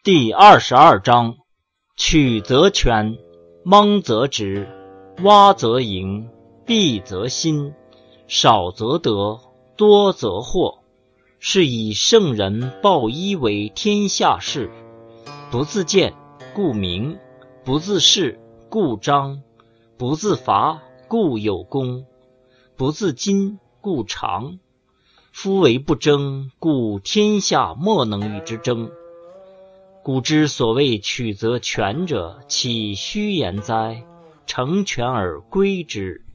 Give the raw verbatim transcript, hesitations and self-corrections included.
第二十二章，曲则全，蒙则直，洼则盈，敝则新，少则得，多则惑。是以圣人抱一为天下事，不自见，故明；不自是，故彰；不自伐，故有功；不自矜，故长。夫为不争，故天下莫能与之争。古之所谓曲则全者，岂虚言哉？成全而归之。